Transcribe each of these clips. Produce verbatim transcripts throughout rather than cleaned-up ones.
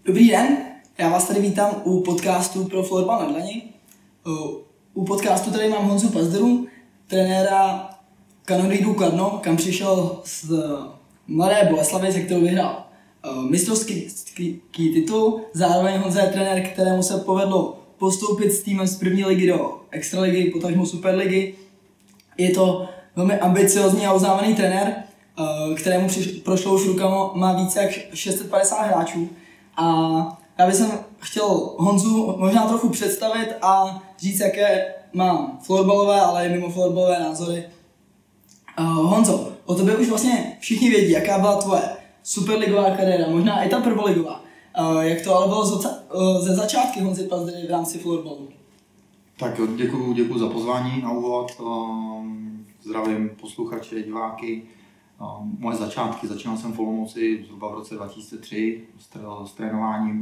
Dobrý den, já vás tady vítám u podcastu pro Florbal na dlani. U podcastu tady mám Honzu Pazderu, trenéra Kanonýrů Kladno, kam přišel z Mladé Boleslavi, se kterou vyhrál mistrovský titul. Zároveň Honza je trenér, kterému se povedlo postoupit s týmem z první ligy do extraligy, potažmo superligy. Je to velmi ambiciozní a uznávaný trenér, kterému prošlo už rukama, má více jak šest set padesát hráčů. A já bych chtěl Honzu možná trochu představit a říct, jaké mám florbalové, ale i mimo florbalové názory. Uh, Honzo, o tobě už vlastně všichni vědí, jaká byla tvoje superligová kariéra, možná i ta prvoligová. Uh, jak to ale bylo ze začátky Honzy Pazdery v rámci florbalu? Tak děkuju, děkuju za pozvání na úvod. Zdravím posluchače, diváky. Moje začátky, začínal jsem v Olomouci zhruba v roce dva tisíce tři s trénováním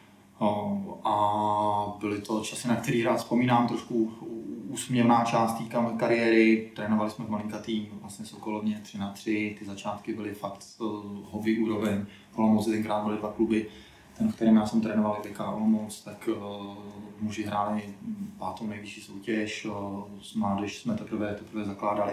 a byly to časy, na který rád vzpomínám, trošku úsměvná část té kariéry. Trénovali jsme v malinkatým vlastně Sokolovně tři na tři, ty začátky byly fakt hobby úroveň. V Olomouci tenkrát byly dva kluby, ten, v kterém já jsem trénoval i bé ká Olomouc, tak muži hráli pátou nejvyšší soutěž, s mládež jsme teprve, teprve zakládali.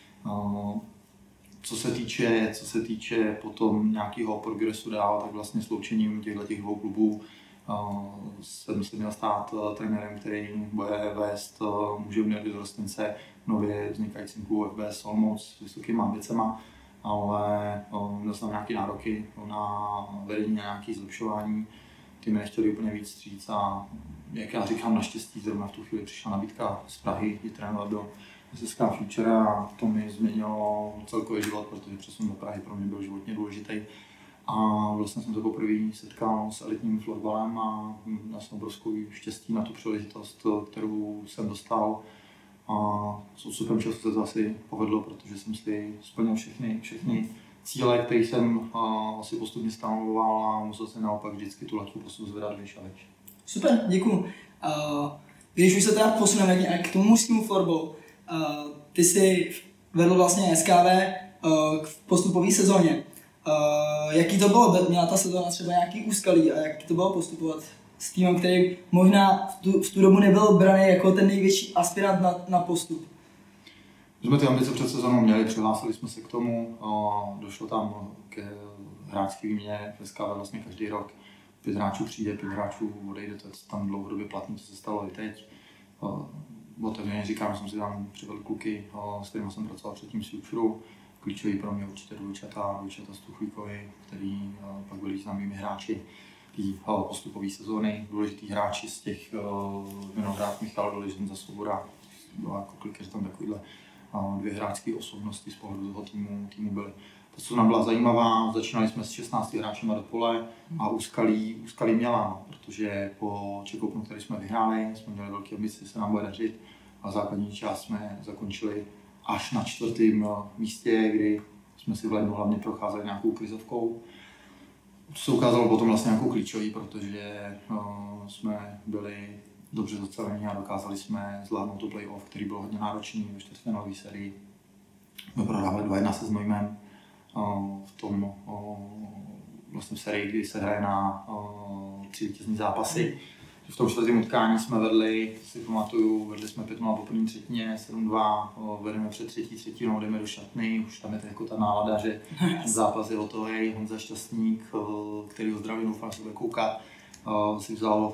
Co se týče, co se týče potom nějakého progresu dál, tak vlastně sloučením těchto dvou klubů uh, jsem se měl stát uh, trenérem, který bude vést uh, muže junior dorostence nově vznikajícím klubu ef bé es Olomouc s vysokýma ambicema, ale uh, měl jsem nějaké nároky na vedení a nějaké zlepšování. Ty mi nechtěli úplně víc stříc a jak já říkám, naštěstí zrovna v tu chvíli přišla nabídka z Prahy, kdy trénovat do es es ká Future a to mi změnilo celkový život, protože přesun do Prahy pro mě byl životně důležitý. A vlastně jsem se poprvé setkal s elitním florbalem a měl jsem obrovskou štěstí na tu příležitost, kterou jsem dostal. A s odstupem času se to asi povedlo, protože jsem si splnil všechny, všechny cíle, které jsem asi postupně stanovoval a musel jsem naopak vždycky tu laťku posun zvedat výš a výš. Super, děkuju. Uh, když už se teda posuneme k tomu mužskému florbalu, Uh, ty jsi vedl vlastně es ká vé uh, v postupové sezóně. Uh, jaký to bylo? Měla ta sezóna třeba nějaký úskalí a jak to bylo postupovat s týmem, který možná v tu, v tu dobu nebyl braný jako ten největší aspirant na, na postup? My jsme ty ambice před sezónou měli, přihlásili jsme se k tomu, uh, došlo tam k hráčské výměně v es ká vé vlastně každý rok. Pět hráčů přijde, pět hráčů odejde, to je tam dlouhodobě platné, co se stalo i teď. Uh, Otevřeně říkám, že jsem si tam přivedl kluky, s kterými jsem pracoval předtím s Futurou. Klíčový pro mě určitě dvojčata, dvojčata z Tuchlíkovi, který pak byli známými hráči té postupové sezóny. Důležitý hráči z těch Vinohrad, Michal Doližen za Svoboda, byla jako kliker, tam takovýhle dvě hráčské osobnosti z pohledu toho týmu, týmu byly. Ta sezóna byla zajímavá, začínali jsme s šestnácti hráčima do pole a úskalí, úskalí měla, protože po check-upnu, který jsme vyhráli, jsme měli velké ambice, se nám bude dařit a základní část jsme zakončili až na čtvrtém místě, kdy jsme si v lednu hlavně procházeli nějakou krizovkou. To se ukázalo potom vlastně jako klíčový, protože no, jsme byli dobře zacelení a dokázali jsme zvládnout to play-off, který byl hodně náročný ve čtvrtfinálové sérii. My prohrávali dva jedna se Znojmem v tom vlastně v sérii, kdy se hraje na tři vítězné zápasy. V tom čtvrtém utkání jsme vedli, si pamatuju, vedli jsme pět nula po první třetině, sedm dva, vedeme před třetí třetinou, jdeme do šatny, už tam je jako ta nálada, že ten zápas je hotový. Honza Šťastník, který ho zdravím, doufám, že se bude koukat, si vzal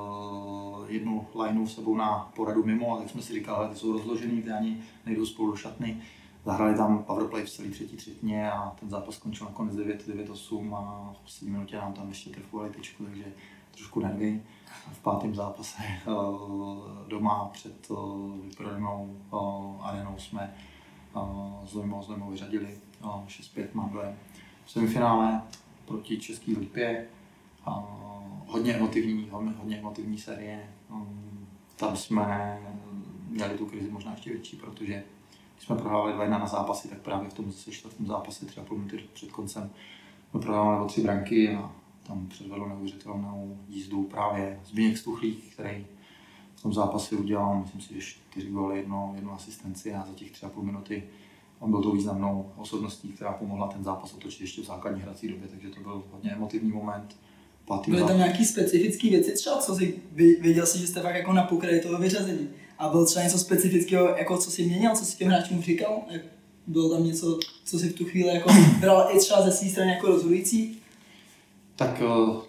jednu lineu s sebou na poradu mimo, a tak jsme si říkali, že ty jsou rozložený, ty ani nejdou spolu do šatny. Zahrali tam powerplay v celé třetí třetině a ten zápas skončil nakonec devět devět osm a v poslední minutě nám tam ještě trefovali tyčku, takže trošku nervy. V pátém zápase doma před vyprodanou arenou jsme Znojmo Znojmo vyřadili šest pět mandlem. V semifinále proti České Lípě, hodně emotivní, hodně emotivní série. Tam jsme měli tu krizi možná ještě větší, protože když jsme prohrávali dva jedna na zápasy, tak právě v tom čtvrtém zápase tři a půl minuty před koncem jsme prohrávali o tři branky a tam předvedl neuvěřitelnou jízdu právě Zbigněk Stuchlík, který v tom zápase udělal, myslím si, že čtyři góly, jedno, jednu asistenci a za těch tři a půl minuty on byl tou významnou osobností, která pomohla ten zápas otočit ještě v základní hrací době, takže to byl hodně emotivní moment. pátým Byly tam zápase. nějaký specifické věci třeba, co jsi, věděl jsi, že jste fakt jako na pokraji toho vyřazení. A bylo třeba něco specifického, jako co jsi měnil, co jsi těm hráčům říkal? Bylo tam něco, co jsi v tu chvíli jako bral i třeba ze své strany jako rozhodující? Tak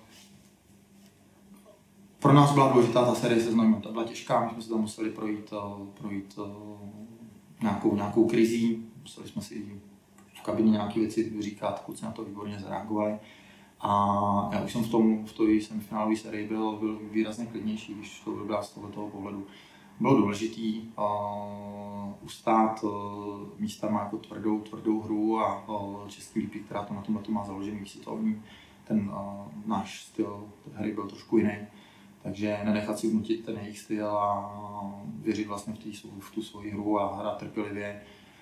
pro nás byla důležitá ta série se Znojmem, ta byla těžká, my jsme se tam museli projít, projít nějakou, nějakou krizí, museli jsme si v kabině nějaké věci vyříkat, kluci na to výborně zareagovali. A já už jsem v tom, v té semifinálové sérii byl, byl výrazně klidnější, když to vybral z tohoto pohledu. Bylo důležitý uh, ustát uh, místama jako tvrdou, tvrdou hru a uh, Český Lípy, která to na tomhle má založený, víš si to oni, ten uh, náš styl hry byl trošku jiný. Takže nenechat si vnutit ten jejich styl a věřit vlastně v, tý, v tu svoji hru a hrát trpělivě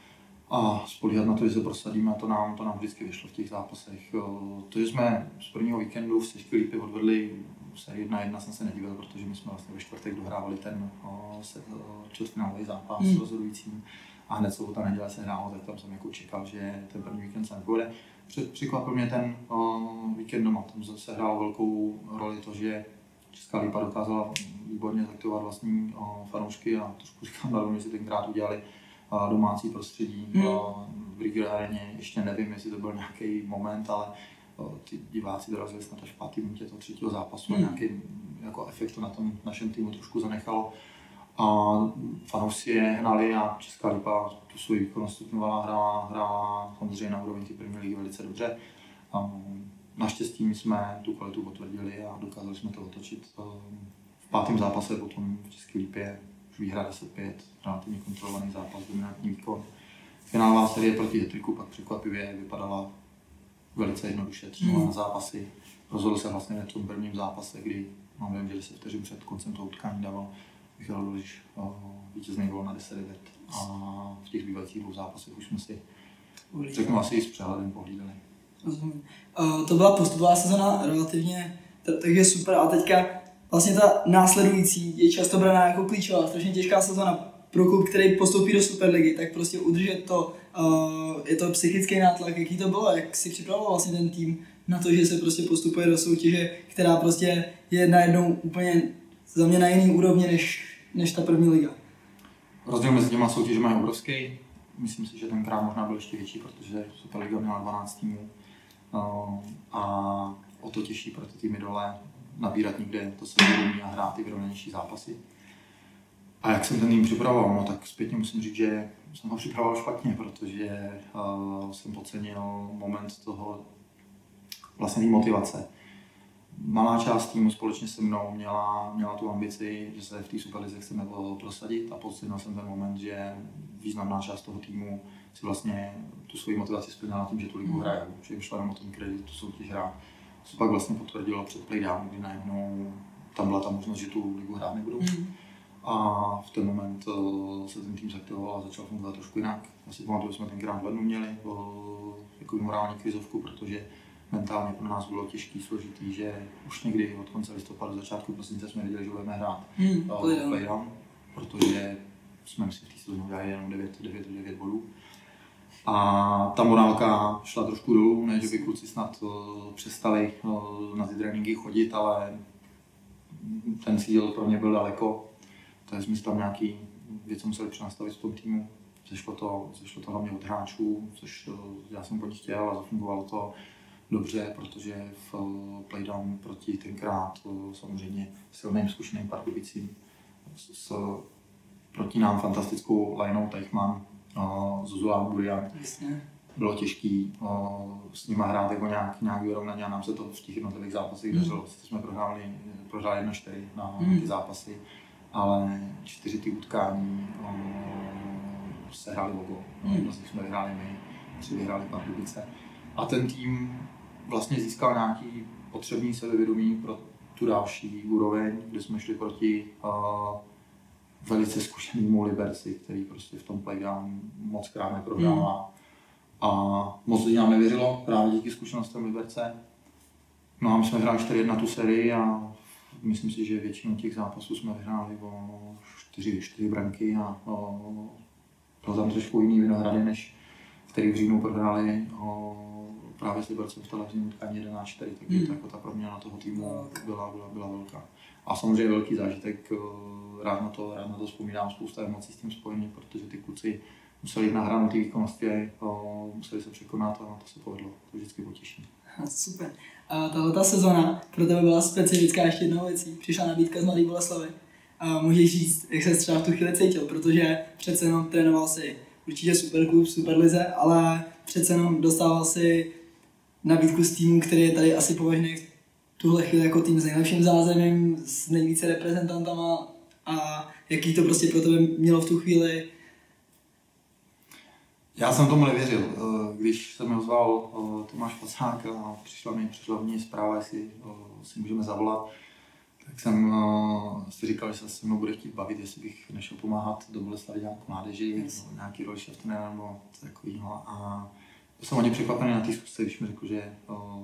a spolíhat na to, že se prosadíme, a to nám, to nám vždycky vyšlo v těch zápasech. To, že jsme z prvního víkendu v České Lípy odvedli sérii jedna jedna, jsem se nedivil, protože my jsme vlastně ve čtvrtek dohrávali ten čtvrtfinálový zápas mm. rozhodující a hned sobota neděle se hrálo, tak tam jsem jako čekal, že ten první víkend se nepovede. Překvapil mě ten uh, víkend doma, tam se hrálo velkou roli to, že Česká Lípa dokázala výborně zaktivovat vlastní uh, fanoušky a trošku říkám, že si tenkrát udělali uh, domácí prostředí mm. uh, v Brigade aréně. Ještě nevím, jestli to byl nějaký moment, ale uh, ty diváci dorazili snad až v pátý minutě toho třetího zápasu mm. a nějaký jako efekt to na tom našem týmu trošku zanechalo. A fanoušci je hnali a Česká Lípa tu svou výkonnost stupňovala, hrála, hrála samozřejmě na úrovni té Premier League velice dobře. Um, Naštěstí my jsme tu kvalitu potvrdili a dokázali jsme to otočit. V pátém zápase potom v České Lípě už výhra deset pět, relativně kontrolovaný zápas, dominantní výkon. Finálová série proti Hetriku pak překvapivě vypadala velice jednoduše, tři nula na zápasy. Rozhodl se vlastně v tom prvním zápase, kdy mám vím, že deset vteřin před koncem toho utkání dával Michal Doliš vítězný gól na deset devět. A v těch zbývajících dvou zápasech už jsme si, řeknu, asi i s přehledem pohlídali. Rozumím. Uh, to byla postupová sezona relativně, t- takže super. A teďka vlastně ta následující je často braná jako klíčová, strašně těžká sezona pro klub, který postoupí do Superligy, tak prostě udržet to, uh, je to psychický nátlak, jaký to bylo, jak si připravoval vlastně ten tým na to, že se prostě postupuje do soutěže, která prostě je najednou úplně za mě na jiný úrovni než, než ta první liga. Rozdíl mezi těma soutěžemi je obrovský. Myslím si, že tenkrát možná byl ještě větší, protože Superliga měla dvanáct týmů. A o to těžší pro ty týmy dole nabírat někde to sebevědomí a hrát ty vyrovnanější zápasy. A jak jsem ten tým připravoval, no tak zpětně musím říct, že jsem ho připravoval špatně, protože uh, jsem podcenil moment toho vlastně motivace. Malá část týmu společně se mnou měla, měla tu ambici, že se v té Superlize chceme prosadit a podcenil jsem ten moment, že významná část toho týmu si vlastně tu svoji motivaci splnila tím, že tu ligu hraje, že jim šlo jenom o ten kredit, tu soutěž hrát. To se pak vlastně potvrdilo před playdown, kdy najednou tam byla ta možnost, že tu ligu hrát nebudou. Mm. A v ten moment uh, se ten tým zaktivoval a začal fungovat trošku jinak. Já si pamatuju, že jsme tenkrát v lednu měli uh, jako morální krizovku, protože mentálně pro nás bylo těžký, složitý, že už někdy od konce listopadu, začátku prosince jsme věděli, že budeme hrát mm, uh, playdown. playdown, protože jsme si v té sezóně udělali jenom devět bodů. A ta morálka šla trošku dolů, ne, že by kluci snad uh, přestali uh, na ty tréninky chodit, ale ten cíl pro mě byl daleko. Takže jsme si tam nějaký věci museli přenastavit v tom týmu. Zešlo to, zešlo to hlavně od hráčů, což uh, já jsem po nich chtěl a zafungovalo to dobře, protože v uh, playdown proti tenkrát uh, samozřejmě silným zkušeným Pardubicím s, s proti nám fantastickou lineou Teichmann, uh, Zuzula, Burian. Bylo těžký uh, s nima hrát jako nějak, nějak vyrovnaně a nám se to v těch jednotlivých zápasech dařilo. Mm. Jsme prohráli, prohráli jedna čtyři na mm. ty zápasy, ale čtyři ty utkání uh, se hráli o gól. Mm. Jedno z nich jsme vyhráli my, tři vyhráli Pardubice. A ten tým vlastně získal nějaký potřebný sebevědomí pro tu další úroveň, kde jsme šli proti uh, velice zkušenému Liberci, který prostě v tom playdown moc krát neprohrává. Mm. A moc lidí nám nevěřilo, právě díky zkušenostem Liberce. No a my jsme hráli čtyři jedna tu sérii a myslím si, že většinu těch zápasů jsme vyhráli o čtyři, čtyři branky a o, bylo tam trošku jiný Vinohrady, než který v říjnu prohráli o, právě s Libercem v televizním utkání jedenáct čtyři, takže hmm. jako ta proměna toho týmu byla, byla, byla velká. A samozřejmě velký zážitek, rád na to, rád na to vzpomínám, spousta emocí s tím spojených, protože ty kluci museli jít na hranou té výkonnosti, museli se překonat a to se povedlo, to vždycky potěší. Super. A tato sezona pro tebe byla specifická ještě jednou věcí. Přišla nabídka z Mladé Boleslavi. A můžeš říct, jak se třeba v tu chvíli cítil, protože přece jenom trénoval si určitě super klub, super lize, ale přece jenom dostával si nabídku z týmu, který je tady asi považný v tuhle chvíli jako tým s nejlepším zázemím, s nejvíce reprezentantama a jaký to prostě pro tebe mělo v tu chvíli. Já jsem tomu nevěřil. Když se mi ozval Tomáš Pacák a přišla mi, přišla v ní zpráva, jestli si můžeme zavolat, tak jsem si říkal, že se se mnou bude chtít bavit, jestli bych nešel pomáhat do Boleslavy nějakou mládeži, yes. nějaký roli šéftrenéra nebo takovýho. A byl jsem hodně překvapený na té zkusce, když mi řekl, že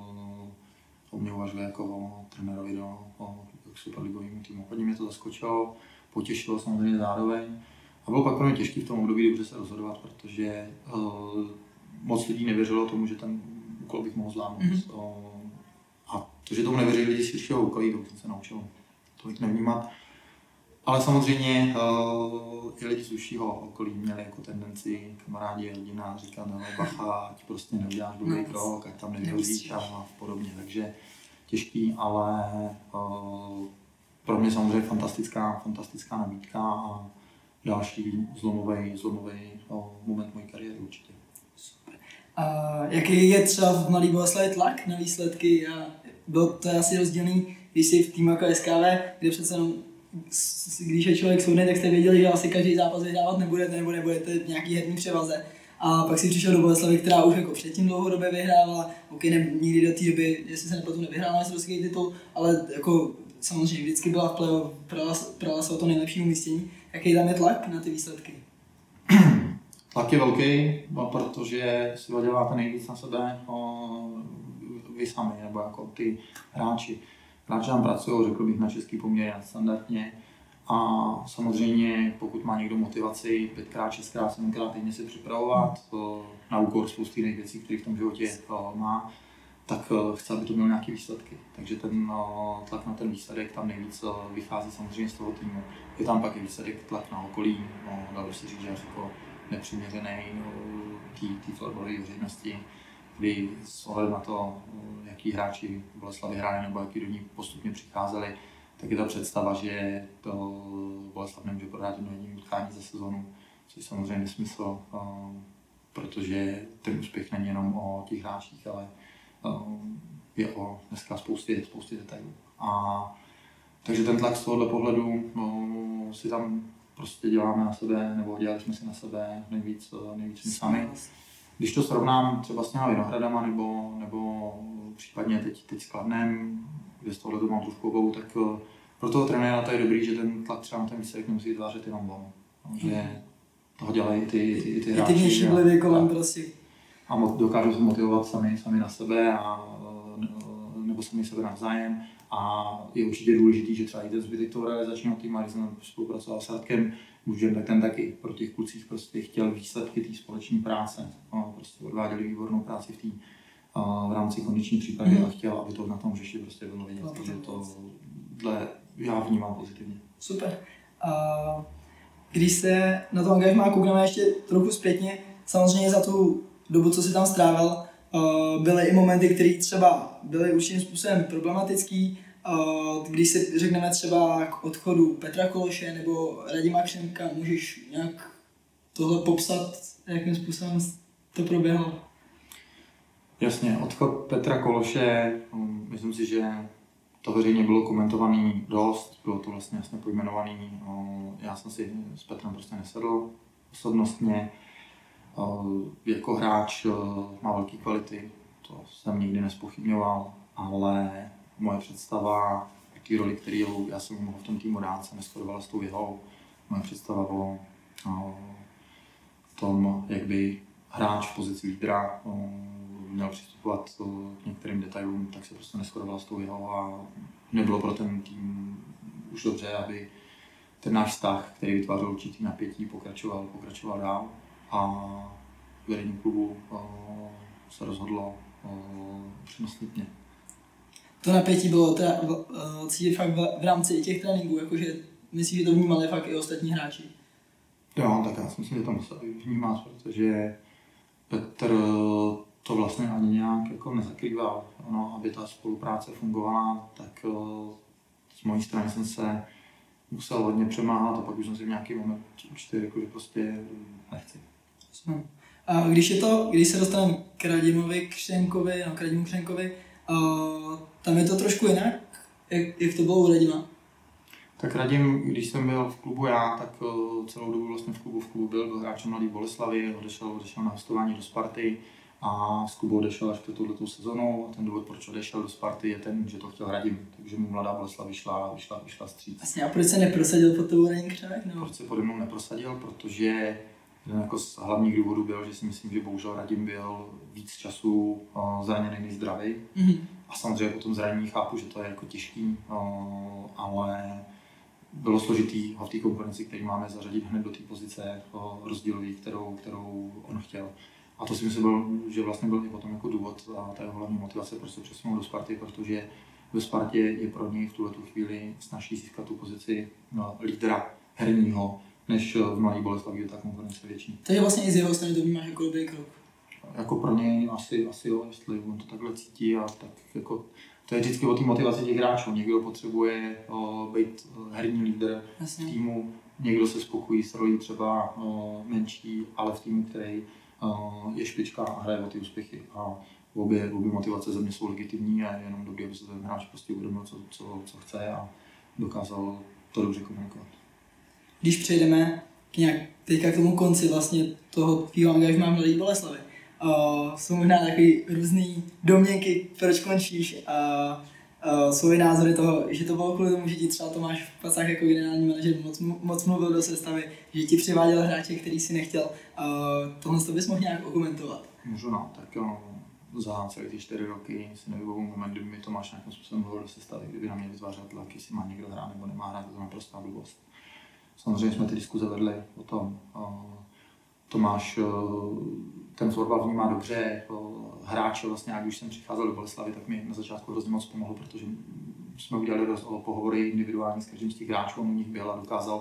o mě uvažuje jako o trenérovi do superligovému týmu. Hodně mě to zaskočilo, potěšilo samozřejmě zároveň. A bylo pak pro mě těžké v tom období dobře se rozhodovat, protože uh, moc lidí nevěřilo tomu, že ten úkol bych mohl zvládnout. Mm-hmm. Uh, a to, že tomu nevěřili lidi z širšího okolí, to jsem se naučil tolik nevnímat. Ale samozřejmě uh, i lidi z užšího okolí měli jako tendenci, kamarádi, rodina, říkat, no bacha, ať prostě neuděláš dobrý krok, ať tam nevyhodíš a podobně. Takže těžký, ale uh, pro mě samozřejmě fantastická, fantastická nabídka a další zlomový, zlomový o, moment mojí kariéry určitě. Super. A jaký je třeba v Mladé Boleslavi tlak na výsledky? A bylo to asi rozdílný, když jsi v týmu jako S K V, kde přece jenom, když je člověk soudný, tak jste věděli, že asi každý zápas vyhrávat nebudete, nebo nebudete v nějaký herní převaze. A pak si přišel do Boleslavy, která už jako předtím dlouhodobě vyhrávala, ok, ne, nikdy do té doby, jestli se nepletu, nevyhrála mistrovský titul, ale jako samozřejmě vždycky byla v playoff, prala se o to nejlepší umístění. Jaký tam je tlak na ty výsledky? Tlak je velký, protože si ho děláte nejvíc na sebe o, vy sami, nebo jako ty hráči. Hráči tam pracují, řekl bych, na český poměr standardně. A samozřejmě, pokud má někdo motivaci pětkrát, šestkrát, sedmkrát týdně se připravovat o, na úkor spousty jiných věcí, které v tom životě o, má, tak chce, aby to mělo nějaké výsledky. Takže ten tlak na ten výsledek tam nejvíc vychází samozřejmě z toho týmu. Je tam pak i výsledek tlak na okolí, no, dalo se říct, že jako nepřiměřený té florbalové veřejnosti, kdy s ohledem na to, jaký hráči Boleslavy hráli nebo jaký do ní postupně přicházeli, tak je ta představa, že to Boleslav nemůže prohrát jedno jediné utkání za sezonu, což je samozřejmě nesmysl, protože ten úspěch není jenom o těch hráčích, ale je o dneska spoustě, spoustě detailů. A takže ten tlak z tohohle pohledu no, si tam prostě děláme na sebe, nebo dělali jsme si na sebe nejvíc, nejvíc my sami. Když to srovnám třeba s těma Vinohradama, nebo, nebo případně teď, teď s Kladnem, kde z tohohle mám trošku obavu, tak pro toho trenéra to je dobrý, že ten tlak třeba na ten výsledek nemusí vytvářet jenom on. Že toho dělají ty, ty, ty hráči. I ty vnější vlivy kolem prostě. A dokážou se motivovat sami, sami na sebe, a, nebo sami sebe navzájem. A je určitě důležitý, že třeba i ten zbytek toho realizačního týmu, když jsem spolupracoval s Radkem Mužem, tak ten taky pro těch klucích prostě chtěl výsledky té společné práce. No, prostě odváděli výbornou práci v, tý, v rámci kondiční přípravy mm. a chtěl, aby to na tom řešili prostě bylo vidět. No, takže to dle, já vnímám pozitivně. Super. Uh, když se na to angažmá koukneme ještě trochu zpětně, samozřejmě za tu dobu, co si tam strávil, Uh, byly i momenty, které třeba byly určitým způsobem problematický. Uh, když si řekneme třeba k odchodu Petra Kološe nebo Radima Křemka, můžeš nějak tohle popsat, jakým způsobem to proběhlo? Jasně, odchod Petra Kološe, myslím si, že to veřejně bylo komentovaný dost, bylo to vlastně jasně pojmenovaný. Já jsem si s Petrem prostě nesedl osobnostně. Jako hráč má velké kvality, to jsem nikdy nezpochybňoval, ale moje představa, jaký roli, kterou já jsem mohl v tom týmu dát, se neshodovala s tou jeho. Moje představa o, o tom, jak by hráč v pozici lídra měl přistupovat k některým detailům, tak se prostě neshodovala s tou jeho a nebylo pro ten tým už dobře, aby ten náš vztah, který vytvářel určitý napětí, pokračoval, pokračoval dál. A vedení klubu se rozhodlo přenosnitně. To napětí bylo teda uh, cítit fakt v, v rámci těch tréninků, jakože myslíš, že to vnímali fakt i ostatní hráči? Jo, tak já si myslím, že to museli vnímat, protože Petr to vlastně ani nějak jako nezakrýval. No, aby ta spolupráce fungovala, tak uh, z mojí strany jsem se musel hodně přemáhat a pak už jsem si v nějaký moment určitě řekl, že prostě nechci. A když je to, když se dostaneme k Radimovi Křenkovi, no k Radimu Křenkovi, uh, tam je to trošku jinak, jak, jak to bylo u Radima? Tak Radim, když jsem byl v klubu já, tak uh, celou dobu vlastně v klubu v klubu byl, byl hráčem Mladé Boleslavy, odešel, odešel na hostování do Sparty a z klubu odešel až před touhletou sezónou a ten důvod, proč odešel do Sparty, je ten, že to chtěl Radim, takže mu Mladá Boleslav vyšla, vyšla, vyšla stříc. Vlastně a proč se neprosadil pod tebou Radim Křenek? No? Proč se pode mnou neprosadil? Protože jeden jako z hlavních důvodů byl, že si myslím, že bohužel Radim byl víc času uh, zraněný než zdravý. Mm-hmm. A samozřejmě po tom zranění chápu, že to je jako těžký, uh, ale bylo složitý ho v té konkurenci, který máme, zařadit hned do té pozice uh, rozdílový, kterou, kterou on chtěl. A to si myslím, byl, že vlastně byl i potom jako důvod a ta jeho hlavní motivace, proč se přesunul do Sparty, protože ve Spartě je pro něj v tuhle chvíli snaží získat tu pozici no, lídra herního, než v Mladé Boleslavi, kde ta konkurence větší. Takže vlastně i z jeho strany to vnímáš jako dobrý krok. Jako pro něj asi, asi jo, jestli on to takhle cítí a tak jako to je vždycky o té motivaci těch hráčů. Někdo potřebuje o, být herní lídr Jasně. v týmu, někdo se spokojí s rolí třeba o, menší, ale v týmu, který o, je špička a hraje o ty úspěchy. A obě, obě motivace za mě jsou legitimní a je jenom dobrý, aby se ten hráč prostě uvědomil, co, co, co chce a dokázal to dobře komunikovat. Když přejdeme k nějak, teďka k tomu konci vlastně toho tvýho angažmá v Mladé Boleslavi, Uh, jsou možná takový různý domněnky, proč končíš a uh, uh, svoje názory toho, že to bylo kvůli tomu, že ti třeba Tomáš v Pacách jako generální manažer moc, moc mluvil do sestavy, že ti přiváděl hráče, který si nechtěl. Uh, tohle to bys mohl nějak okomentovat? Můžu, no, tak no, za celé ty čtyři roky si nevybavu moment, kdyby mi Tomáš nějakým způsobem mluvil do sestavy, kdyby na mě vytvářel tlak, jestli má někdo hrát nebo nemá hrát, to je naprostá blbost. Samozřejmě jsme ty diskuze vedli o tom, uh, Tomáš ten fotbal vnímá dobře, hráče vlastně, jak už jsem přicházel do Boleslavy, tak mi na začátku hrozně moc pomohlo, protože jsme udělali roz, pohovory individuální s každým z těch hráčů, on u nich byl a dokázal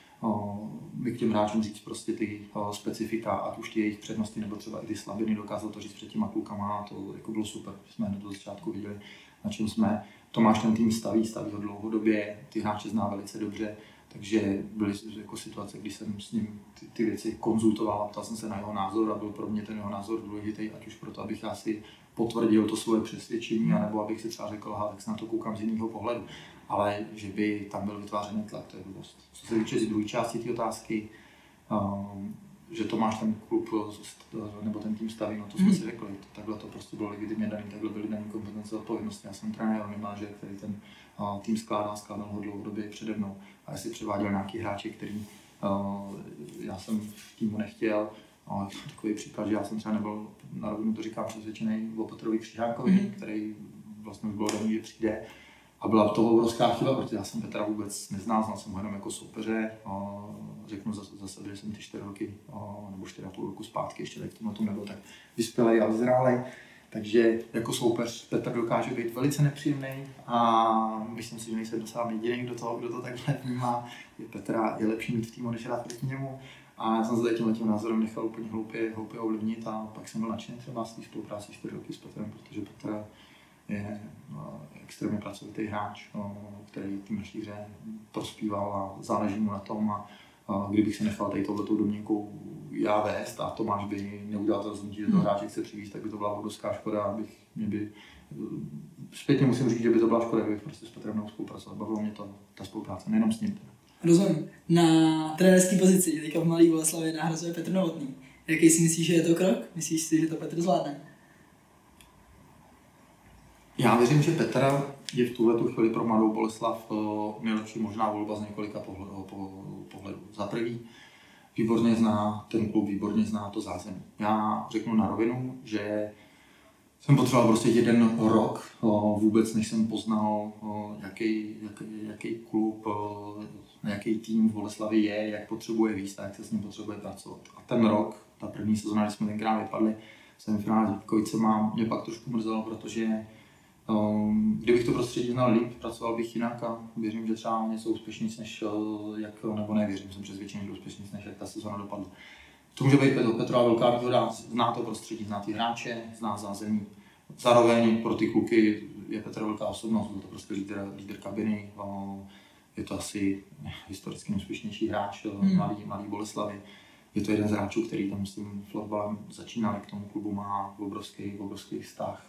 mi k těm hráčům říct prostě ty specifika, ať už ty jejich přednosti nebo třeba i ty slabiny, dokázal to říct před těma klukama a to jako bylo super, jsme hned do začátku viděli, na čem jsme. Tomáš ten tým staví, staví ho dlouhodobě, ty hráče zná velice dobře. Takže byly jako situace, kdy jsem s ním ty, ty věci konzultoval a ptal jsem se na jeho názor a byl pro mě ten jeho názor důležitý, ať už proto, abych já si potvrdil to svoje přesvědčení, anebo abych si třeba řekl, aha, tak se na to koukám z jiného pohledu. Ale že by tam byl vytvářený tlak, to je blbost. Co se týče z druhé části té otázky, um, že Tomáš ten klub nebo ten tým staví, no to jsme si řekli, takhle to prostě bylo legitimně daný, takhle byly daný kompetence a odpovědnosti. Já jsem trenér, on je manažer, který ten uh, tým skládá, skládal ho dlouhodobě přede mnou. A jestli převáděl nějaký hráče, který uh, já jsem v týmu nechtěl, ale takový příklad, že já jsem třeba nebyl, na rovinu to říkám, přesvědčený o Petrovi Křižánkovi, mm-hmm. který vlastně už bylo daný, že přijde. A byla to obrovská chyba, protože já jsem Petra vůbec neznal, znal jsem ho jenom jako soupeře. Řeknu za, za sebe, že jsem ty čtyři roky, nebo čtyři a půl roku zpátky, ještě tak v tomhle tom nebyl tak vyspělej a vyzrálej. Takže jako soupeř Petr dokáže být velice nepříjemný a myslím si, že nejsem docela jediný, kdo to, kdo to takhle vnímá. Je Petra je lepší mít v týmu, než hrát proti němu. A já jsem se tímhle tím názorem nechal úplně hloupě, hloupě ovlivnit a pak jsem byl nadšený třeba z té spolupráce čtyři roky s Petrem, protože Petr je no, extrémně pracovitý hráč, no, který tým naší hře prospíval a záleží mu na tom. A, a kdybych se nechal tady touhletou domněnkou já vést a Tomáš by neudělal to rozhodnutí, že to hráče chce přivést, tak by to byla obrovská škoda. Abych, mě by, zpětně musím říct, že by to byla škoda, kdybych prostě s Petrem nemohl spolupracovat. Bavilo mě to, ta spolupráce, nejenom s ním. Teda. Rozumím. Na trenérské pozici, teďka v Mladé Boleslavi nahrazuje Petr Novotný. Jaký si myslíš, že je to krok? Myslíš si, že to Petr zvládne? Já věřím, že Petr je v tuhletu chvíli pro Mladou Boleslav nejlepší možná volba z několika pohledů. Za prvý, výborně zná ten klub, výborně zná to zázemí. Já řeknu na rovinu, že jsem potřeboval prostě jeden rok vůbec, než jsem poznal, jaký, jaký, jaký klub, jaký tým v Boleslavi je, jak potřebuje víc a jak se s ním potřebuje pracovat. A ten rok, ta první sezóna, kdy jsme tenkrát vypadli, semifinále s Vítkovicema mě pak trošku mrzelo, protože um, kdybych to prostředí znal líp, pracoval bych jinak a věřím, že třeba něco úspěšnější než jak, nebo nevěřím, jsem přesvědčený, že úspěšnější než jak ta sezóna dopadla. To může být pro Petra velká výhoda, zná to prostředí, zná ty hráče, zná zázemí. Zároveň pro ty kluky je Petr velká osobnost, byl to prostě lídr, lídr kabiny, je to asi historicky nejúspěšnější hráč hmm. mladý, mladý Boleslavy. Je to jeden z hráčů, který tam s tím florbalem začínal, k tomu klubu má obrovský, obrovský vztah.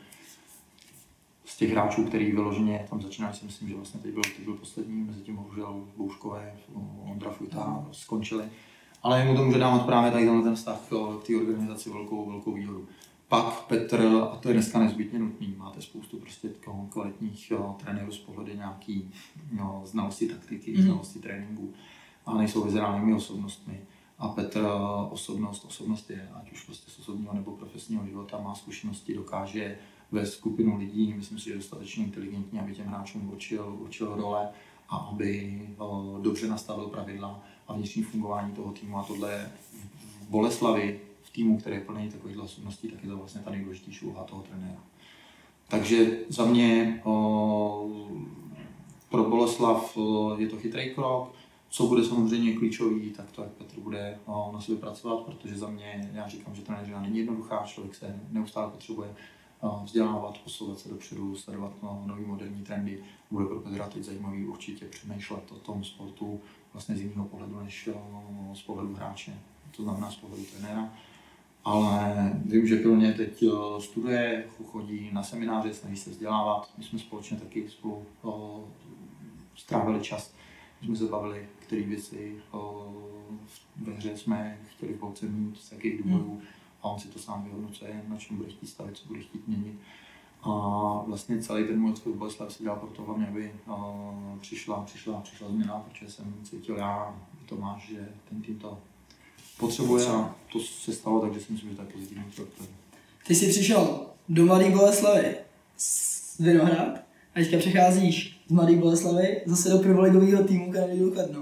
Z těch hráčů, který vyloženě tam začínali, si myslím, že vlastně teď byl, teď byl poslední, mezi tím bohužel Bouškové, Ondra Fujta skončili. Ale mu to může dávat právě tady ten vztah k té organizaci velkou, velkou výhodu. Pak Petr, a to je dneska nezbytně nutný, máte spoustu prostě kvalitních jo, trenérů z pohledu nějaký jo, znalosti taktiky, mm. znalosti tréninku, a nejsou vyzrálými osobnostmi. A Petr osobnost, osobnost je, ať už prostě z osobního nebo profesního života, má zkušenosti, dokáže vést skupinu lidí, myslím si, že je dostatečně inteligentní, aby těm hráčům určil, určil role a aby o, dobře nastavil pravidla a vnitřní fungování toho týmu. A tohle je v Boleslavi, v týmu, který je plný takových osobností, tak je to vlastně ta nejdůležitější úloha toho trenéra. Takže za mě o, pro Boleslav o, je to chytrý krok. Co bude samozřejmě klíčový, tak to, jak Petr bude o, na sobě pracovat, protože za mě, já říkám, že trenéřina není jednoduchá, člověk se neustále potřebuje o, vzdělávat, posouvat se dopředu, sledovat no, nový moderní trendy. Bude pro Petra teď zajímavý určitě přemýšlet o tom sportu vlastně z jiného pohledu, než o, z pohledu hráče, to znamená z pohledu trenéra. Ale vím, že pilně teď studuje, chodí na semináře, snaží se vzdělávat. My jsme společně taky spolu o, strávili čas. My jsme se bavili, které věci o, ve hře jsme chtěli v holce mít, z jakých důvodů, hmm. a on si to sám vyhodnocuje, na čem bude chtít stavit, co bude chtít měnit. A vlastně celý ten můj odchod v Boleslavi se dělal proto hlavně, aby o, přišla, přišla, přišla změna, protože jsem cítil já, Tomáš, že ten tým to potřebuje a to se stalo, takže si myslím, že to je pozitivní krok. Ty jsi přišel do Mladé Boleslavy z Vinohrad a teďka přecházíš z Mladé Boleslavy zase do prvoligového týmu Kanoníru Kladno.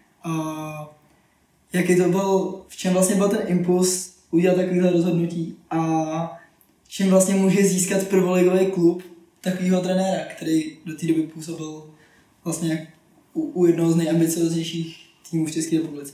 A jaký to byl, v čem vlastně byl ten impuls udělat takovýhle rozhodnutí a čím vlastně může získat prvoligový klub takového trenéra, který do té doby působil vlastně u, u jednoho z nejambicioznějších týmů v České republice?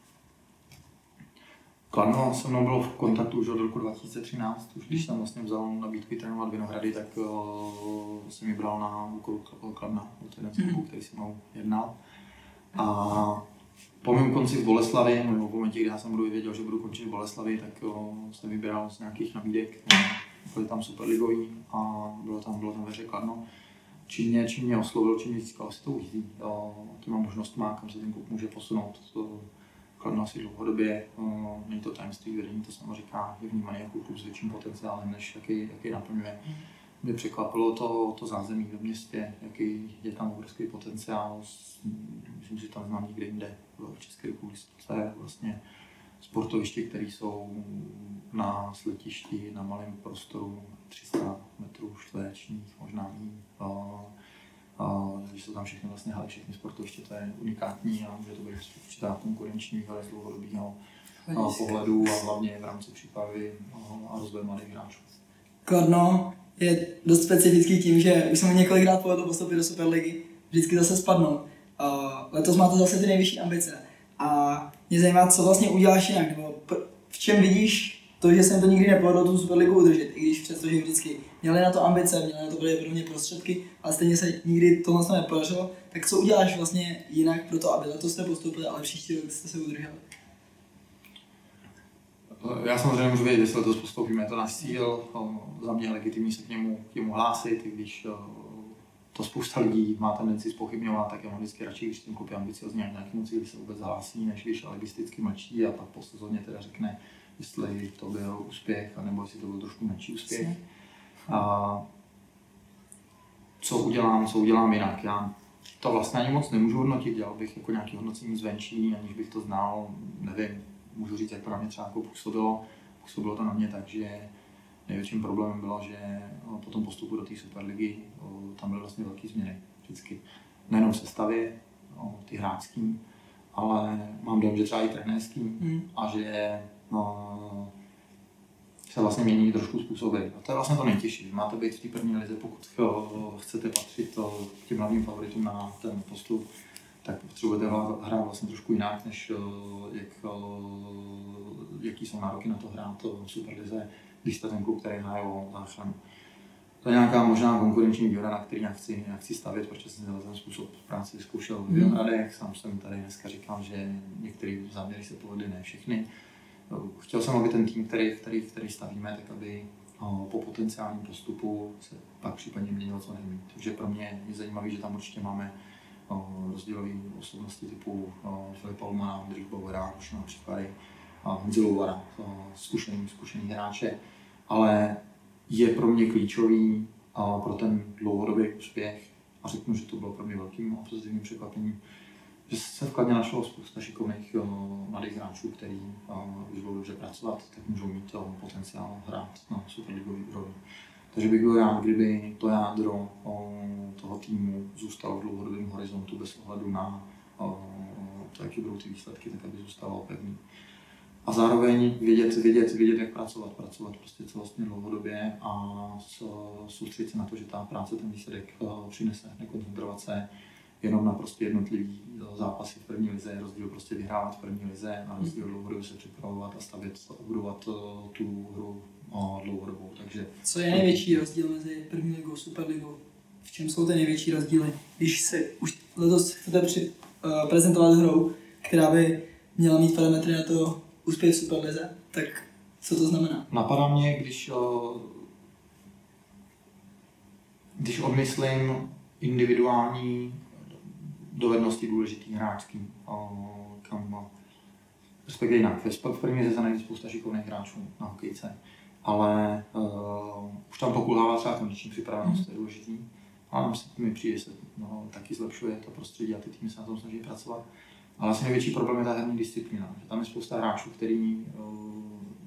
Kladno se mnou bylo v kontaktu už od roku dva tisíce třináct, už když jsem vlastně vzal nabídky trénovat Vinohrady, tak uh, jsem ji bral na úkol Kladna, byl to jeden z klubů, který se mnou jednal. A po mém konci v Boleslavi, nebo v momentě, kdy já jsem budu věděl, že budu končit v Boleslavi, tak uh, jsem vybíral z nějakých nabídek, byly tam superligový a bylo tam, bylo tam ve hře Kladno. Čím mě, čím mě oslovil, čím mě získal si to ujízdí, těma možnostma, kam se ten klub může posunout. To, Kladno asi dlouhodobě, uh, není to tajemství vedení, to samo říká, je vnímaný jako klub s větším potenciálem, než jaký, jaký naplňuje. Mm. Mě překvapilo to, to zázemí ve městě, jaký je tam obrovský potenciál, myslím, že tam znám nikde jinde v České republice. Vlastně sportoviště, které jsou na sletišti, na malém prostoru, tři sta metrů čtverečních, možná méně. Když jsou tam všechny vlastně haly, všechny sportoviště, to je unikátní a může to být určitá konkurenční výhoda z dlouhodobého pohledu a hlavně v rámci přípravy a rozvoje mladých hráčů. Kladno je dost specifický tím, že už jsem několikrát povedl postoupit do Superligy, vždycky zase spadnou. Letos máte zase ty nejvyšší ambice a mě zajímá, co vlastně uděláš jinak, nebo v čem vidíš to, že jsem to nikdy nepovedl tu Superligu udržet, i když přesto, že vždycky měli na to ambice, měli na to pravděpodobně prostředky, ale stejně se nikdy tohle nepodařilo, tak co uděláš vlastně jinak pro to, aby letos jste postoupili, ale příští rok jste se udrželi? Já samozřejmě můžu vědět, jestli letos postoupíme, je to náš cíl, za mě je legitimní se k němu, k němu hlásit, i když to spousta lidí má tendenci zpochybňovat, tak já mám vždycky radši, když ten klub je ambiciozní a nějakému cíli se vůbec hlásí, než když alegisticky mlčí a pak po sezóně teda řekne, jestli to byl úspěch, anebo jestli to byl trošku menší úspěch. A co udělám, co udělám jinak. Já to vlastně ani moc nemůžu hodnotit, dělal bych jako nějaké hodnocení zvenčí, aniž bych to znal, nevím, můžu říct, jak to na mě třeba jako působilo. Působilo to na mě tak, že největším problémem bylo, že po tom postupu do té Superligy tam byly vlastně velké změny vždycky. Nejenom v sestavě, ty hráčský, ale mám dojem, že třeba i trenérský hmm. a že no, se vlastně mění trošku způsoby. A to je vlastně to nejtěžší. Máte být v té první lize, pokud chcete patřit k těm hlavním favoritům na ten postup, tak potřebujete hrát vlastně trošku jinak, než jak, jaký jsou nároky na to hrát v Superlize, když jste ten klub, který hraje o záchranu. To je nějaká možná konkurenční výhoda, na který nějak chci, nějak chci stavět, protože jsem ten způsob práce vyzkoušel v Vinohradech. Sám jsem tady dneska říkal, že některé záměry se povedly, ne všechny. Chtěl jsem, aby ten tým, který, který, který stavíme, tak aby po potenciálním postupu se pak případně měnil co nejméně. Takže pro mě je zajímavé, že tam určitě máme rozdílové osobnosti typu Filipa Olmana, Ondřeje Bauera, už například i Honzi Louvara, zkušený, zkušený hráče, ale je pro mě klíčový pro ten dlouhodobý úspěch a řeknu, že to bylo pro mě velkým a pozitivním překvapením, že se vkladně našlo spousta šikovných mladých hráčů, kteří, když budou dobře pracovat, tak můžou mít potenciál hrát na superligový úrovni. Takže bych byl rád, kdyby to jádro toho týmu zůstalo v dlouhodobém horizontu bez ohledu na to, jaké budou ty výsledky, tak aby zůstalo pevný. A zároveň vědět, vědět, vědět, jak pracovat, pracovat prostě celostně dlouhodobě a soustředit se na to, že ta práce ten výsledek přinese, nekoncentrovat se jenom na prostě jednotlivý zápasy v první lize, rozdíl prostě vyhrávat v první lize a rozdíl dlouhodobě se připravovat a stavět a budovat tu hru dlouhodobou. Takže co je největší rozdíl mezi první ligou a Superligou? V čem jsou ty největší rozdíly? Když se už letos chcete při, uh, prezentovat hrou, která by měla mít parametry na to úspěch v Superlize, tak co to znamená? Napadá mě, když, uh, když odmyslím individuální dovednosti důležitých hráčský, kam respektive jinak. V první lize najde spousta šikovných hráčů na hokejce, ale uh, už tam pokulhává třeba kondiční připravenost, to je důležitý. A tam se mi přijde, se no, taky zlepšuje to prostředí a ty týmy se na tom snaží pracovat. Ale asi největší problém je ta herní disciplína. Že tam je spousta hráčů, který, uh,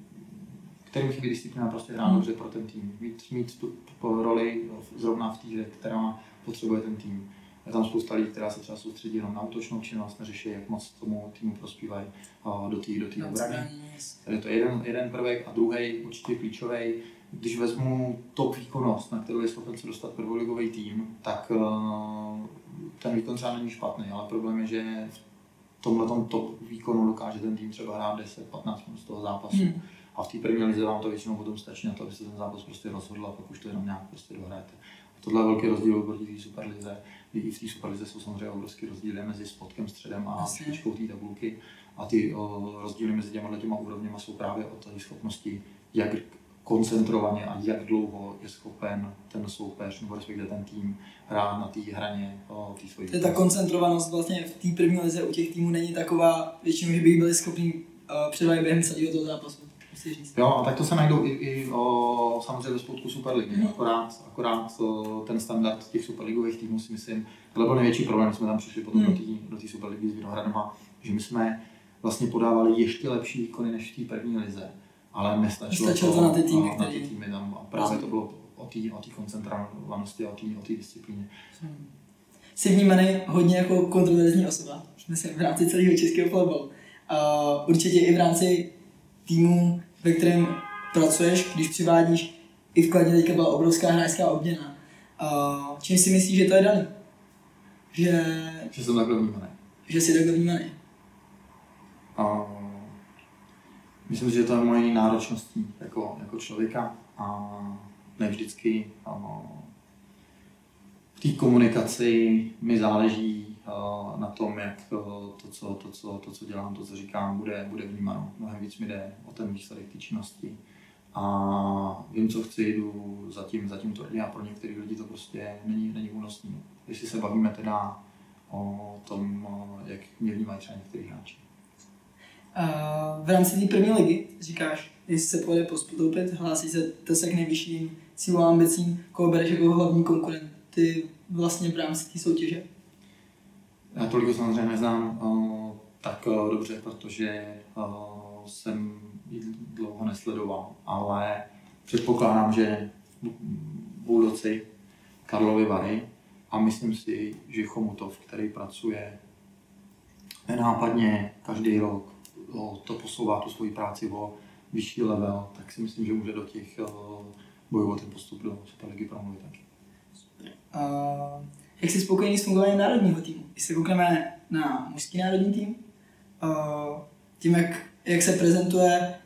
kterým chybí disciplína prostě hrát dobře pro ten tým. Mít, mít tu roli zrovna v té hře, která potřebuje ten tým. Je tam spousta lidí, která se třeba soustředí jenom na útočnou činnost, neřeší, jak moc tomu týmu prospívají uh, do té do té obrany. Je to jeden, jeden prvek a druhý určitě klíčový. Když vezmu top výkonnost, na kterou je schopen se dostat prvoligový tým, tak uh, ten výkon třeba není špatný, ale problém je, že v tomhletom top výkonu dokáže ten tým třeba hrát deset patnáct minut z toho zápasu. Hmm. A v té první lize vám to většinou potom stačí na to, aby se ten zápas prostě rozhodl a pak už to jenom nějak prostě dohrajete. Tohle je velký rozdíl proti té Superlize. I v té Superlize jsou samozřejmě obrovské rozdíly mezi spodkem, středem a špičkou té tabulky. A ty o, rozdíly mezi těma těma úrovněma jsou právě o té schopnosti, jak koncentrovaně a jak dlouho je schopen ten soupeř nebo respektive ten tým hrát na té hraně té svojí. Ta koncentrovanost vlastně v té první lize u těch týmů není taková, většinou, že by byli schopni uh, předvádět během celého toho zápasu. Jo, a tak to se najdou i, i o, samozřejmě ve spodku Superligy, mm. akorát, akorát o, ten standard těch superligových týmů si myslím, tohle byl největší problém, když jsme tam přišli potom mm. do té Superligy s Vinohradama, že my jsme vlastně podávali ještě lepší výkony než v té první lize, ale nestačilo, nestačilo to, to na ty týmy, na ty týmy tam a právě to bylo o té o koncentrovanosti a o té disciplíně. Hmm. Jsi vnímaný hodně jako kontroverzní osoba, myslím v rámci celého českého fotbalu. Uh, určitě i v rámci týmu, ve kterém pracuješ, když přivádíš, i v Kladně teďka byla obrovská hráčská obměna. Uh, čím si myslíš, že to je daný? Že... Že jsem takhle vnímaný. Že jsi takhle vnímaný. Uh, myslím, že to je mojí náročností jako, jako člověka a ne vždycky uh, v té komunikaci mi záleží uh, na tom, jak uh, to, co, to, co, to, co dělám, to, co říkám, bude, bude vnímáno. Mnohem víc mi jde o ten výsledek té činnosti. A vím, co chci, jdu zatím, zatím to a pro některé lidi to prostě není, není únosný. Jestli se bavíme teda o tom, jak mě vnímají třeba některý hráči. Uh, v rámci té první ligy říkáš, jestli se povede postoupit, hlásí se se k nejvyšším cílům a ambicím, koho bereš jako hlavní konkurenty vlastně v rámci té soutěže? Já tolik samozřejmě neznám uh, tak uh, dobře, protože uh, jsem ji dlouho nesledoval, ale předpokládám, že Bulldoci, Karlovy Vary a myslím si, že Chomutov, který pracuje nenápadně každý rok, to posouvá tu svoji práci o vyšší level, tak si myslím, že může do těch bojů o ten postup do Superligy promluvit taky. Uh, jak jsi spokojený s fungováním národního týmu? Když se koukneme na mužský národní tým, uh, tím, jak, jak se prezentuje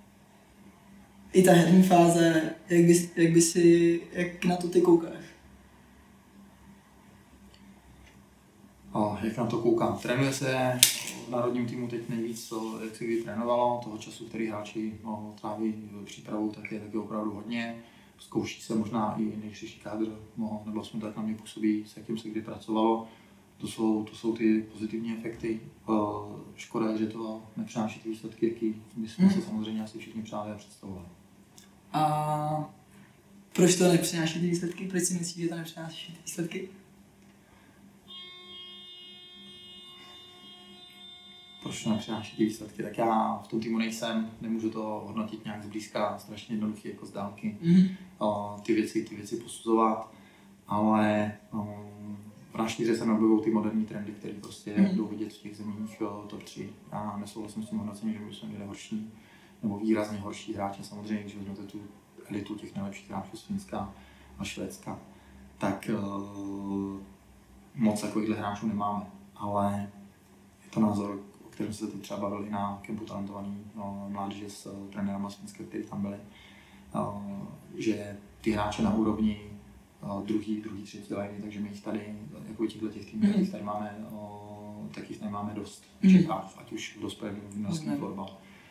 i ta herní fáze, jak by, jak by si, jak na to ty koukáš? A jak na to koukám? Trénuje se v národním týmu teď nejvíc, jak se kdy trénovalo, toho času, který hráči no, tráví přípravu, tak je taky opravdu hodně. Zkouší se možná i nejširší kádr, no, nebo aspoň tak na mě působí, s jakým se kdy pracovalo. To jsou, to jsou ty pozitivní efekty. Škoda je, že to nepřináší ty výsledky, jaký bychom hmm. si samozřejmě asi všichni přáli a představovali. A proč to nepřináší ty výsledky? Proč si myslíš, že to nepřináší ty výsledky? Proč to nepřináší ty výsledky? Tak já v tom týmu nejsem, nemůžu to hodnotit nějak zblízka, strašně jednoduchý jako z dálky. Mm-hmm. Ty věci, ty věci posuzovat, ale um, v naší hře se neobjevují ty moderní trendy, které prostě mm-hmm. jdou vidět v těch zemích top tři. Já nesouhlasím s tím hodnocením, že by jsme měli horší nebo výrazně horší hráče. Samozřejmě, když vezmete tu elitu těch nejlepších hráčů z Finska a Švédska, tak uh, moc takovýchhle hráčů nemáme, ale je to názor, o kterém se teď třeba bavili na kempu talentovaný no, mládeže s uh, trenérama z Finska, kteří tam byli, uh, že ty hráče na úrovni uh, druhý, druhý, třetí liny, takže my jich tady, jako těchto těch týmů, mm. tady máme, uh, tak jich nemáme dost v Čechách, ať už v dospělém juniorském fotbal.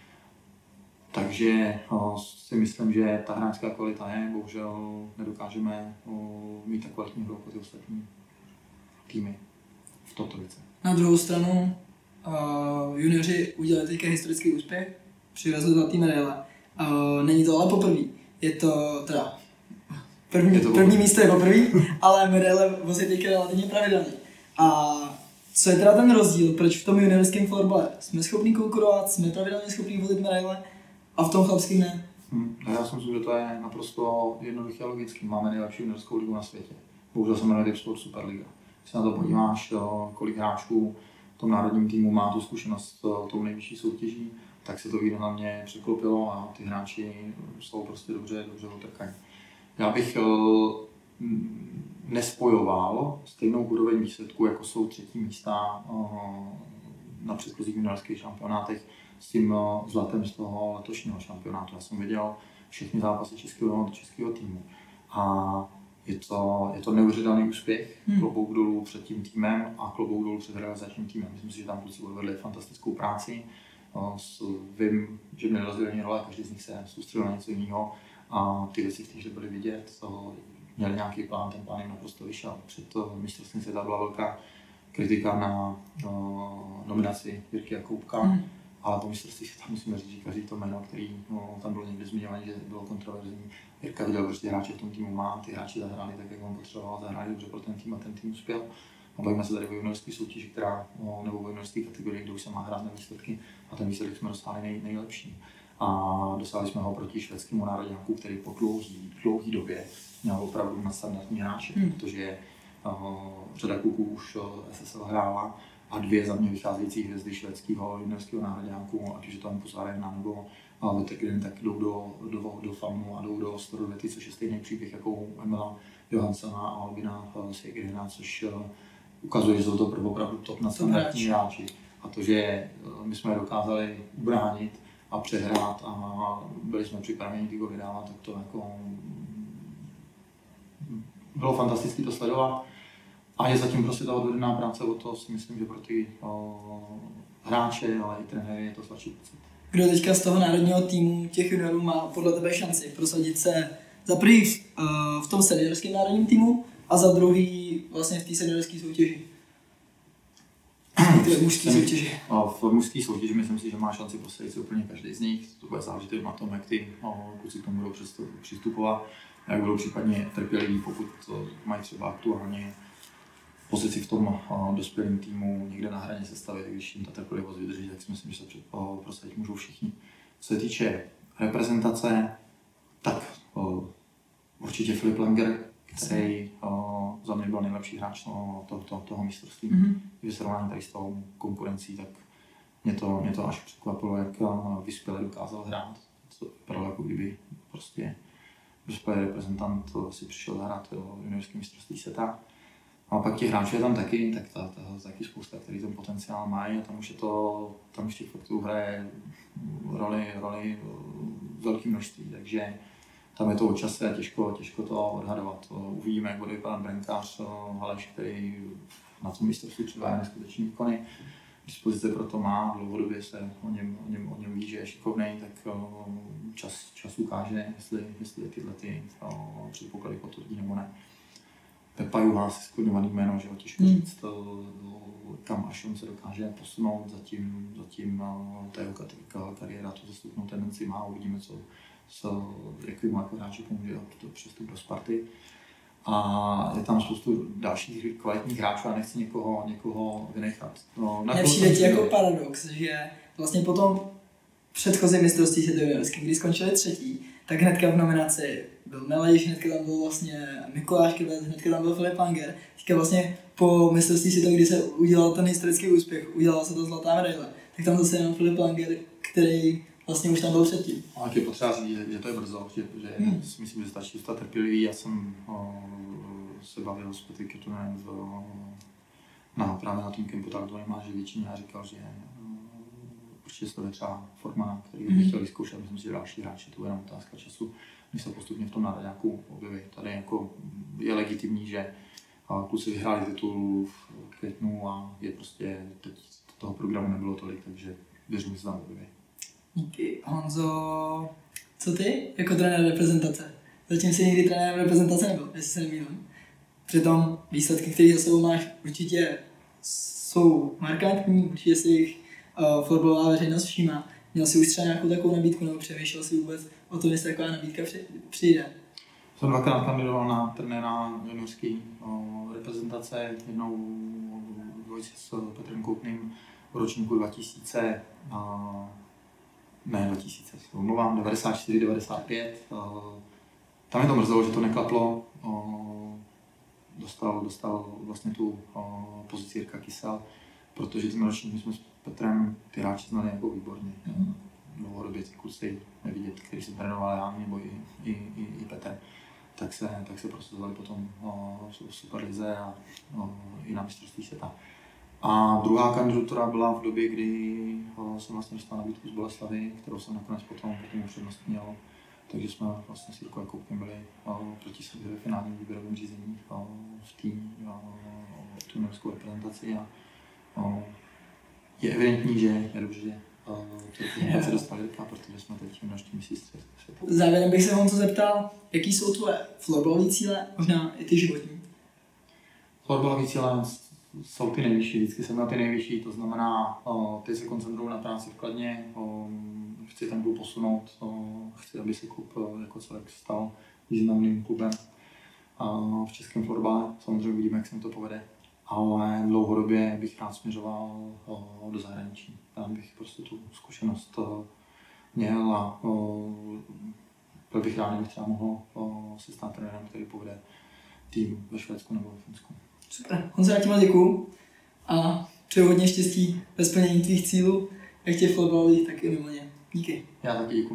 Takže o, si myslím, že ta hráčská kvalita je, bohužel nedokážeme o, mít tak kvalitní hru jako ty ostatní týmy v tomto věci. Na druhou stranu uh, junioři udělali teďka historický úspěch, přivezli zlatý medaile. Uh, není to ale poprvé, je to teda první, je to první místo je poprvé, ale medaile vozí teďka relativně pravidelně. A co je teda ten rozdíl, proč v tom juniorském florbale jsme schopni konkurovat, jsme pravidelně schopni vozit medaile, a v tom chlapským ne? Hmm. Já si myslím, že to je naprosto jednoduché a logické. Máme nejlepší juniorskou ligu na světě. Bohužel se jmenuje Sport Superliga. Když se na to podíváš, kolik hráčů v tom národním týmu má tu zkušenost tou nejvyšší soutěží, tak se to významně překlopilo a ty hráči jsou prostě dobře, dobře otrkaní. Já bych nespojoval stejnou úroveň výsledků, jako jsou třetí místa na předchozích juniorských šampionátech, s tím zlatem z toho letošního šampionátu. Já jsem viděl všechny zápasy českého, českého týmu a je to, je to neuvěřitelný úspěch, hmm. klobouk dolů před tím týmem a klobouk dolů před realizačním týmem. Myslím si, že tam kluci odvedli fantastickou práci. Vím, že měli rozdělení role, každý z nich se soustředil na něco jiného a ty věci, které byly vidět, měli nějaký plán, ten plán jim naprosto vyšel. Před mistrovstvím světa byla velká kritika na no, nominaci Jirky Jakoubka. Hmm. Ale po mistrovství se tam musíme říct, že každý to jméno, který no, tam bylo někde zmiňované, že bylo kontroverzní. Jirka viděl, protože hráči v tom týmu má, ty hráči zahráli tak, jak on potřeboval, zahráli dobře pro ten tým a ten tým uspěl. A bavíme se tady o juniorské soutěži, která, no, nebo o juniorské kategorii, kde už se má hrát na výsledky a ten výsledek jsme dostali nej, nejlepší. A dosáhli jsme ho proti švédskému národňáku, který po dlouhý, dlouhý době měl opravdu nadstandardní hráče, hmm. protože uh, řada kluků už uh, S S L hrála a dvě za mě vycházející hvězdy švédského juniorského národňáku, ať už je to Hampus Arena nebo Vetekrin, tak jdou do, do, do FAMu a jdou do Storodvety, což je stejný příběh jako u Emila Johanssona a Albina Segrena, což uh, ukazuje, že jsou to opravdu top nadstandardní hráči. A to, že my jsme je dokázali ubránit a přehrát a byli jsme připraveni ty góly dávat, tak to jako bylo fantastické to sledovat. A je zatím prostě ta odvedená práce, o to si myslím, že pro ty o, hráče, ale i trenéry je to sladší pocit. Kdo teďka z toho národního týmu těch juniorů má podle tebe šanci prosadit se za prvý v, v tom seniorském národním týmu a za druhý vlastně v té seniorské soutěži? V mužské soutěži. V mužské soutěži myslím si, že má šanci prosadit se úplně každý z nich. To bude záležet na tom, jak ty kluci k tomu budou přistupovat, jak budou případně trpěliví, pokud mají třeba aktuálně pozici v tom uh, dospělém týmu někde na hraně sestavy, když jim ta trpělivost vydrží, tak si myslím, že se před, uh, prosadit můžou všichni. Co se týče reprezentace, tak uh, určitě Filip Langer, který uh, za mě byl nejlepší hráč toho, to, to, toho mistrovství. Mm-hmm. Když srovnání tady s tou konkurencí, tak mě to, mě to až překvapilo, jak uh, vyspěle dokázal hrát. to vypadalo, jako kdyby prostě dospělý reprezentant si přišel zahrát do juniorského mistrovství světa. A pak těch hráčů je tam taky, tak ta, ta, taky spousta, který ten potenciál mají a tam už je to, tam už těch faktorů hraje roli, roli velké množství, takže tam je to o čase a těžko, těžko to odhadovat. Uvidíme, jak bude vypadat brankář Haleš, který na tom mistrovství předvádí neskutečný výkony. Dispozice pro to má, dlouhodobě se o něm, o něm, o něm ví, že je šikovný, tak čas, čas ukáže, jestli, jestli tyhle ty předpoklady potvrdí nebo ne. Pepa Juhás je skloňovaný jméno, že ho těžko hmm. říct, kam až on se dokáže posunout, zatím, zatím ta jeho kariéra tu zastupnou tendenci má, uvidíme, co, co jak mu jako hráči pomůže to přestup do Sparty. A je tam spoustu dalších kvalitních hráčů a nechci někoho, někoho vynechat. No, mně přijde ti jako paradox, že vlastně po tom předchozím mistrovství světa juniorským, kdy skončili třetí, tak hnedka v nominaci byl Meleš, hnedka tam byl vlastně Mikuláš Květ, hnedka tam byl Filip Langer. Teďka vlastně po mistrovství světa, kdy se udělal ten historický úspěch, udělala se ta zlatá medaile, tak tam zase jenom Filip Langer, který vlastně už tam byl předtím. A tak je potřeba říct, že, že to je brzo, že, že hmm. si myslím, že stačí zůstat trpělivý. Já jsem o, se bavil s Petr Kytunem na, právě na tom kempu, tak to nemá, že většině a říkal, že určitě to je třeba forma, který bych chtěl vyzkoušet. Myslím si, že další hráči, to je jenom otázka času, než se postupně v tom národňáku objeví. Tady jako je legitimní, že kluci vyhráli titul v květnu a je prostě teď toho programu nebylo tolik, takže věřím, že se tam objeví. Díky. Honzo, co ty jako trenér reprezentace? Zatím jsi nikdy trenérem reprezentace nebyl, jestli se nemýlím. Přitom výsledky, které za sebou máš, určitě jsou markantní, určitě si jich uh, fotbalová veřejnost všímá. Měl jsi už třeba nějakou takovou nabídku, nebo přemýšlel si vůbec o tom, jestli taková nabídka přijde? Jsem dvakrát kandidoval na trenéra juniorské reprezentace, jednou v dvojici s Petrem Koupným v ročníku dva tisíce, uh, ne dva tisíce, se omlouvám, devadesát čtyři devadesát pět. Uh, tam je to mrzelo, že to neklaplo. Uh, dostal, dostal vlastně tu uh, pozici Jirka Kysel, protože tím ročníkem jsme s Petrem ty hráči znali jako výborně. Mm. Dlouhodobě ty kluci nevidět, který se trénoval já nebo i, i, i, i Petr, tak se, tak se prosazovali potom uh, v Superlize a uh, i na mistrovství světa. A druhá kandidatura byla v době, kdy uh, jsem vlastně dostal nabídku z Boleslavy, kterou jsem nakonec potom, potom upřednostnil. Takže jsme vlastně s Jirkou Koupkem byli uh, proti sobě ve finálním výběrovém řízení uh, v té uh, juniorskou reprezentaci. A, uh, je evidentní, že je dobře, že uh, se dostali Jirka, protože jsme teď juniorští mistři světa. Závěrem bych se Honzo zeptal, jaký jsou tvoje florbalové cíle, možná i ty životní? Florbalové cíle jsou ty nejvyšší, vždycky jsem na ty nejvyšší, to znamená, uh, ty se koncentrují na práci v Kladně, um, chci ten klub posunout, uh, chci, aby se klub uh, jako celek stal významným klubem uh, v českém florbale, samozřejmě uvidíme, jak se mi to povede, ale dlouhodobě bych rád směřoval uh, do zahraničí, tam bych prostě tu zkušenost uh, měl a uh, byl bych rád, kdybych třeba mohl uh, se stát trenérem, který povede tým ve Švédsku nebo ve Finsku. Super, Honzo, já ti moc děkuju a přeju hodně štěstí ve splnění tvých cílů, jak těch florbalových, tak i mimo ně. Díky. Já taky děkuju.